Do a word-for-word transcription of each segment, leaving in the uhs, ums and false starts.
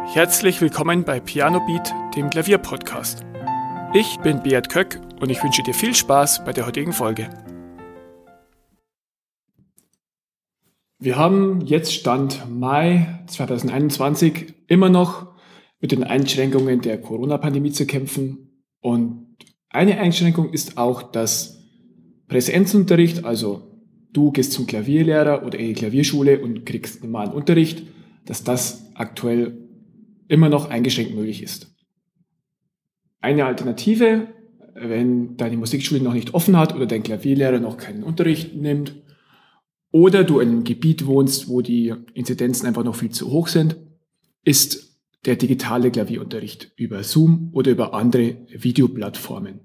Herzlich willkommen bei Piano Beat, dem Klavierpodcast. Ich bin Beat Köck und ich wünsche dir viel Spaß bei der heutigen Folge. Wir haben jetzt Stand Mai zweitausendeinundzwanzig immer noch mit den Einschränkungen der Corona-Pandemie zu kämpfen. Und eine Einschränkung ist auch, dass Präsenzunterricht, also du gehst zum Klavierlehrer oder in die Klavierschule und kriegst normalen Unterricht, dass das aktuell immer noch eingeschränkt möglich ist. Eine Alternative, wenn deine Musikschule noch nicht offen hat oder dein Klavierlehrer noch keinen Unterricht nimmt oder du in einem Gebiet wohnst, wo die Inzidenzen einfach noch viel zu hoch sind, ist der digitale Klavierunterricht über Zoom oder über andere Videoplattformen.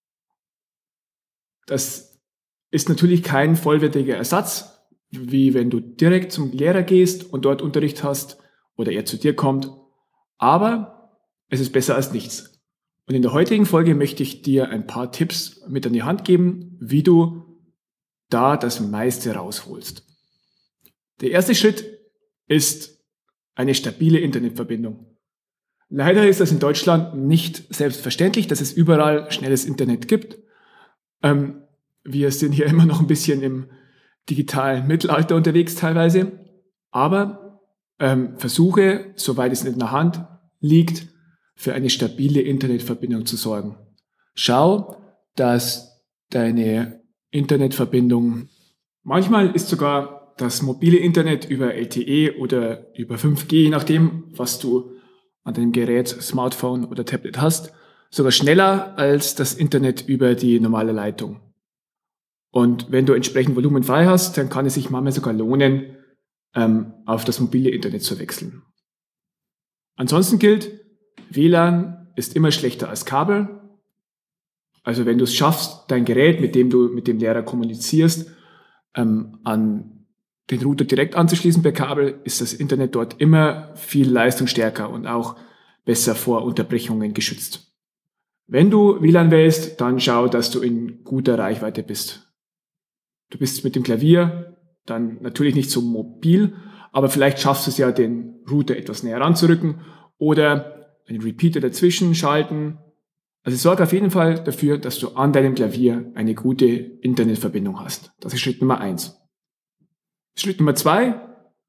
Das ist natürlich kein vollwertiger Ersatz, wie wenn du direkt zum Lehrer gehst und dort Unterricht hast oder er zu dir kommt, aber es ist besser als nichts. Und in der heutigen Folge möchte ich dir ein paar Tipps mit an die Hand geben, wie du da das meiste rausholst. Der erste Schritt ist eine stabile Internetverbindung. Leider ist das in Deutschland nicht selbstverständlich, dass es überall schnelles Internet gibt. Ähm, wir sind hier immer noch ein bisschen im digitalen Mittelalter unterwegs teilweise, aber ähm, versuche, soweit es in der Hand liegt, für eine stabile Internetverbindung zu sorgen. Schau, dass deine Internetverbindung, manchmal ist sogar das mobile Internet über L T E oder über fünf G, je nachdem, was du an deinem Gerät, Smartphone oder Tablet hast, sogar schneller als das Internet über die normale Leitung. Und wenn du entsprechend Volumen frei hast, dann kann es sich manchmal sogar lohnen, ähm, auf das mobile Internet zu wechseln. Ansonsten gilt, W L A N ist immer schlechter als Kabel. Also wenn du es schaffst, dein Gerät, mit dem du mit dem Lehrer kommunizierst, ähm, an den Router direkt anzuschließen per Kabel, ist das Internet dort immer viel leistungsstärker und auch besser vor Unterbrechungen geschützt. Wenn du W L A N wählst, dann schau, dass du in guter Reichweite bist. Du bist mit dem Klavier dann natürlich nicht so mobil, aber vielleicht schaffst du es ja, den Router etwas näher ranzurücken oder einen Repeater dazwischen schalten. Also sorge auf jeden Fall dafür, dass du an deinem Klavier eine gute Internetverbindung hast. Das ist Schritt Nummer eins. Schritt Nummer zwei,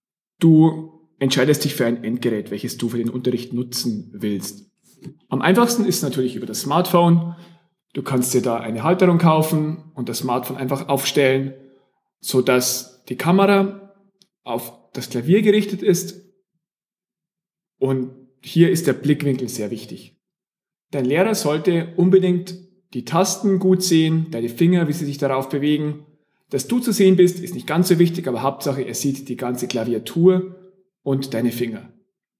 du entscheidest dich für ein Endgerät, welches du für den Unterricht nutzen willst. Am einfachsten ist natürlich über das Smartphone. Du kannst dir da eine Halterung kaufen und das Smartphone einfach aufstellen, so dass die Kamera auf das Klavier gerichtet ist. Und hier ist der Blickwinkel sehr wichtig. Dein Lehrer sollte unbedingt die Tasten gut sehen, deine Finger, wie sie sich darauf bewegen. Dass du zu sehen bist, ist nicht ganz so wichtig, aber Hauptsache, er sieht die ganze Klaviatur und deine Finger.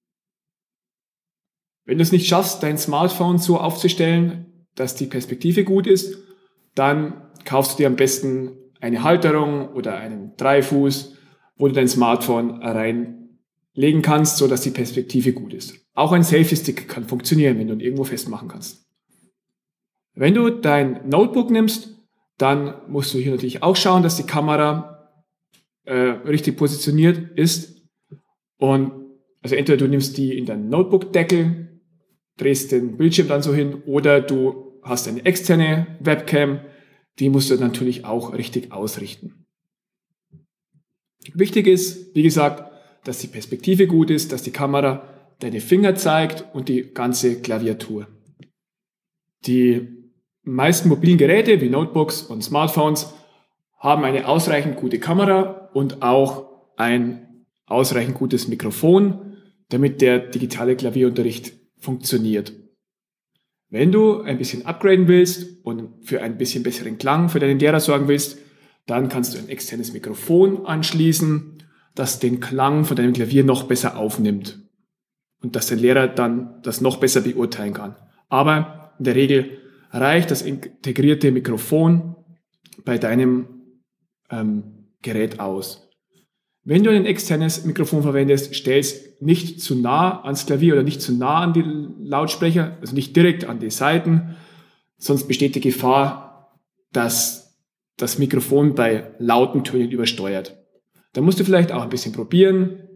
Wenn du es nicht schaffst, dein Smartphone so aufzustellen, dass die Perspektive gut ist, dann kaufst du dir am besten eine Halterung oder einen Dreifuß, wo du dein Smartphone reinlegen kannst, so dass die Perspektive gut ist. Auch ein Selfie-Stick kann funktionieren, wenn du ihn irgendwo festmachen kannst. Wenn du dein Notebook nimmst, dann musst du hier natürlich auch schauen, dass die Kamera äh, richtig positioniert ist. Und also entweder du nimmst die in deinen Notebook-Deckel, drehst den Bildschirm dann so hin, oder du hast eine externe Webcam, die musst du natürlich auch richtig ausrichten. Wichtig ist, wie gesagt, dass die Perspektive gut ist, dass die Kamera deine Finger zeigt und die ganze Klaviatur. Die meisten mobilen Geräte wie Notebooks und Smartphones haben eine ausreichend gute Kamera und auch ein ausreichend gutes Mikrofon, damit der digitale Klavierunterricht funktioniert. Wenn du ein bisschen upgraden willst und für ein bisschen besseren Klang für deinen Lehrer sorgen willst, dann kannst du ein externes Mikrofon anschließen, das den Klang von deinem Klavier noch besser aufnimmt und dass dein Lehrer dann das noch besser beurteilen kann. Aber in der Regel reicht das integrierte Mikrofon bei deinem ähm, Gerät aus. Wenn du ein externes Mikrofon verwendest, stell es nicht zu nah ans Klavier oder nicht zu nah an die Lautsprecher, also nicht direkt an die Seiten, sonst besteht die Gefahr, dass das Mikrofon bei lauten Tönen übersteuert. Da musst du vielleicht auch ein bisschen probieren,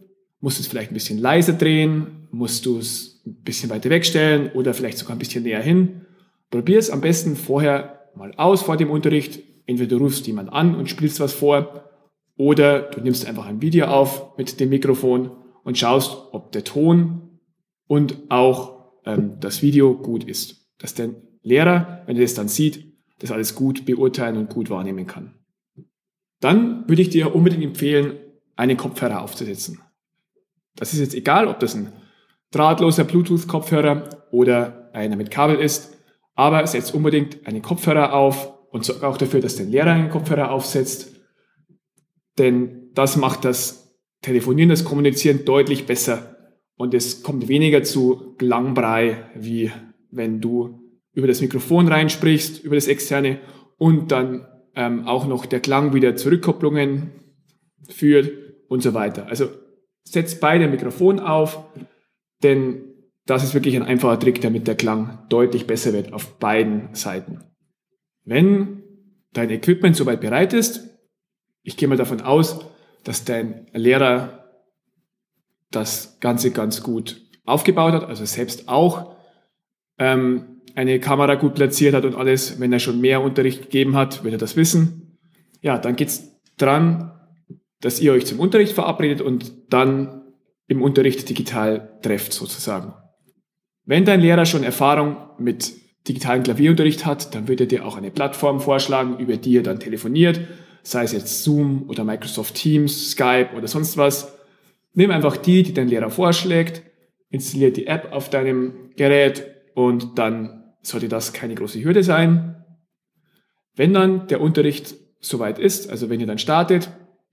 Musst du es vielleicht ein bisschen leiser drehen? Musst du es ein bisschen weiter wegstellen oder vielleicht sogar ein bisschen näher hin? Probier es am besten vorher mal aus vor dem Unterricht. Entweder du rufst jemand an und spielst was vor oder du nimmst einfach ein Video auf mit dem Mikrofon und schaust, ob der Ton und auch ähm, das Video gut ist. Dass der Lehrer, wenn er das dann sieht, das alles gut beurteilen und gut wahrnehmen kann. Dann würde ich dir unbedingt empfehlen, einen Kopfhörer aufzusetzen. Das ist jetzt egal, ob das ein drahtloser Bluetooth-Kopfhörer oder einer mit Kabel ist, aber setz unbedingt einen Kopfhörer auf und sorg auch dafür, dass dein Lehrer einen Kopfhörer aufsetzt, denn das macht das Telefonieren, das Kommunizieren deutlich besser und es kommt weniger zu Klangbrei, wie wenn du über das Mikrofon reinsprichst, über das externe und dann ähm, auch noch der Klang wieder zu Rückkopplungen führt und so weiter. Also setz beide Mikrofon auf, denn das ist wirklich ein einfacher Trick, damit der Klang deutlich besser wird auf beiden Seiten. Wenn dein Equipment soweit bereit ist, ich gehe mal davon aus, dass dein Lehrer das Ganze ganz gut aufgebaut hat, also selbst auch ähm, eine Kamera gut platziert hat und alles, wenn er schon mehr Unterricht gegeben hat, wird er das wissen. Ja, dann geht es dran, dass ihr euch zum Unterricht verabredet und dann im Unterricht digital trefft sozusagen. Wenn dein Lehrer schon Erfahrung mit digitalen Klavierunterricht hat, dann wird er dir auch eine Plattform vorschlagen, über die ihr dann telefoniert, sei es jetzt Zoom oder Microsoft Teams, Skype oder sonst was. Nimm einfach die, die dein Lehrer vorschlägt, installiere die App auf deinem Gerät und dann sollte das keine große Hürde sein. Wenn dann der Unterricht soweit ist, also wenn ihr dann startet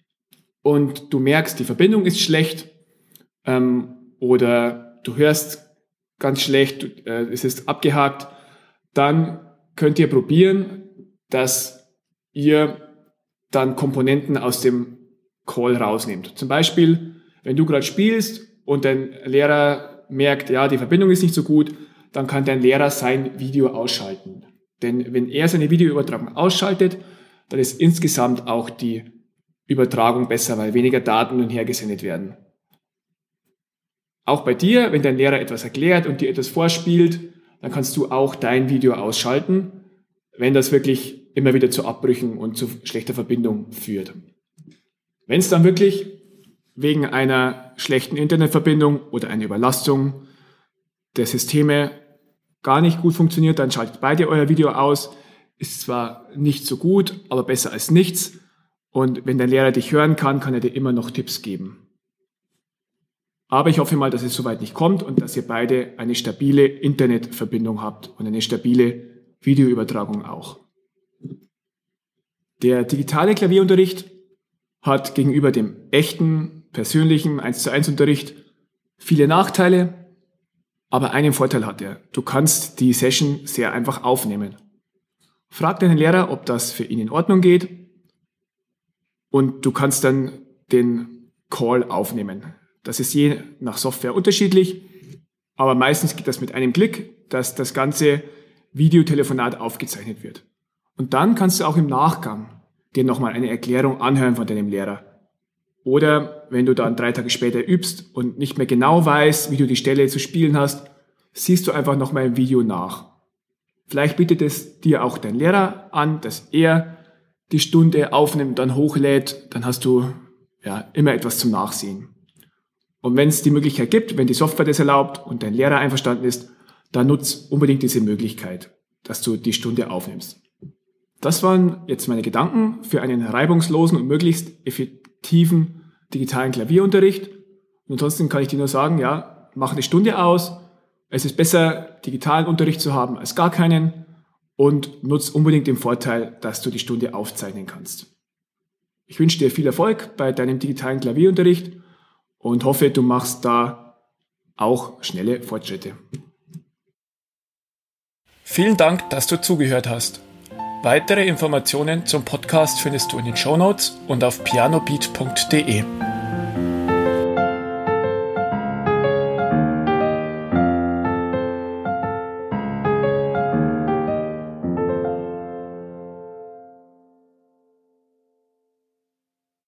und du merkst, die Verbindung ist schlecht ähm, oder du hörst ganz schlecht, äh, es ist abgehakt, dann könnt ihr probieren, dass ihr dann Komponenten aus dem Call rausnehmt. Zum Beispiel, wenn du gerade spielst und dein Lehrer merkt, ja, die Verbindung ist nicht so gut, dann kann dein Lehrer sein Video ausschalten. Denn wenn er seine Videoübertragung ausschaltet, dann ist insgesamt auch die Übertragung besser, weil weniger Daten nun hergesendet werden. Auch bei dir, wenn dein Lehrer etwas erklärt und dir etwas vorspielt, dann kannst du auch dein Video ausschalten, wenn das wirklich immer wieder zu Abbrüchen und zu schlechter Verbindung führt. Wenn es dann wirklich wegen einer schlechten Internetverbindung oder einer Überlastung der Systeme gar nicht gut funktioniert, dann schaltet beide euer Video aus. Ist zwar nicht so gut, aber besser als nichts. Und wenn dein Lehrer dich hören kann, kann er dir immer noch Tipps geben. Aber ich hoffe mal, dass es soweit nicht kommt und dass ihr beide eine stabile Internetverbindung habt und eine stabile Videoübertragung auch. Der digitale Klavierunterricht hat gegenüber dem echten, persönlichen eins zu eins Unterricht viele Nachteile, aber einen Vorteil hat er. Du kannst die Session sehr einfach aufnehmen. Frag deinen Lehrer, ob das für ihn in Ordnung geht und du kannst dann den Call aufnehmen. Das ist je nach Software unterschiedlich, aber meistens geht das mit einem Klick, dass das ganze Videotelefonat aufgezeichnet wird. Und dann kannst du auch im Nachgang dir nochmal eine Erklärung anhören von deinem Lehrer. Oder wenn du dann drei Tage später übst und nicht mehr genau weißt, wie du die Stelle zu spielen hast, siehst du einfach nochmal im Video nach. Vielleicht bietet es dir auch dein Lehrer an, dass er die Stunde aufnimmt, dann hochlädt, dann hast du ja immer etwas zum Nachsehen. Und wenn es die Möglichkeit gibt, wenn die Software das erlaubt und dein Lehrer einverstanden ist, dann nutz unbedingt diese Möglichkeit, dass du die Stunde aufnimmst. Das waren jetzt meine Gedanken für einen reibungslosen und möglichst effektiven digitalen Klavierunterricht. Und ansonsten kann ich dir nur sagen, ja, mach eine Stunde aus. Es ist besser, digitalen Unterricht zu haben als gar keinen und nutz unbedingt den Vorteil, dass du die Stunde aufzeichnen kannst. Ich wünsche dir viel Erfolg bei deinem digitalen Klavierunterricht und hoffe, du machst da auch schnelle Fortschritte. Vielen Dank, dass du zugehört hast. Weitere Informationen zum Podcast findest du in den Shownotes und auf pianobeat punkt de.